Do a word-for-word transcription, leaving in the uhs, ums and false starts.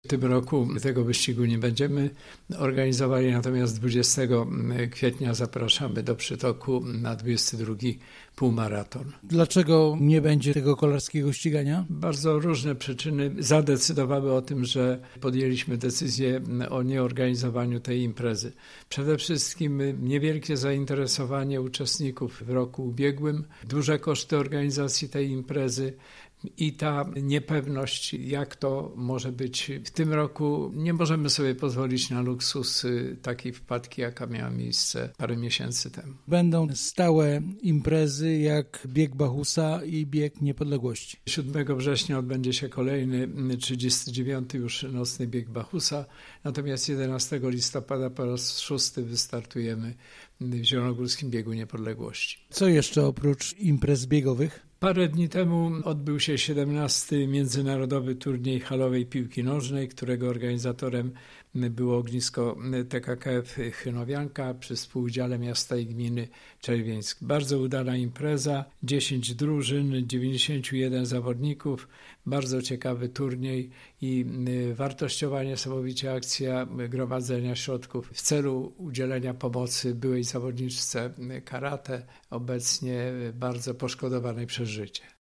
W tym roku tego wyścigu nie będziemy organizowali, natomiast dwudziestego kwietnia zapraszamy do Przytoku na dwudziesty drugi półmaraton. Dlaczego nie będzie tego kolarskiego ścigania? Bardzo różne przyczyny zadecydowały o tym, że podjęliśmy decyzję o nieorganizowaniu tej imprezy. Przede wszystkim niewielkie zainteresowanie uczestników w roku ubiegłym, duże koszty organizacji tej imprezy i ta niepewność, jak to może być w tym roku. Nie możemy sobie pozwolić na luksus takiej wpadki, jaka miała miejsce parę miesięcy temu. Będą stałe imprezy jak Bieg Bachusa i Bieg Niepodległości. siódmego września odbędzie się kolejny, trzydziesty dziewiąty już nocny Bieg Bachusa, natomiast jedenastego listopada po raz szósty wystartujemy w Zielonogórskim Biegu Niepodległości. Co jeszcze oprócz imprez biegowych? Parę dni temu odbył się siedemnasty Międzynarodowy Turniej Halowej Piłki Nożnej, którego organizatorem było ognisko T K K F Chynowianka przy współudziale miasta i gminy Czerwieńsk. Bardzo udana impreza, dziesięć drużyn, dziewięćdziesięciu jeden zawodników, bardzo ciekawy turniej i wartościowa niesamowicie akcja gromadzenia środków w celu udzielenia pomocy byłej zawodniczce karate, obecnie bardzo poszkodowanej przez życie.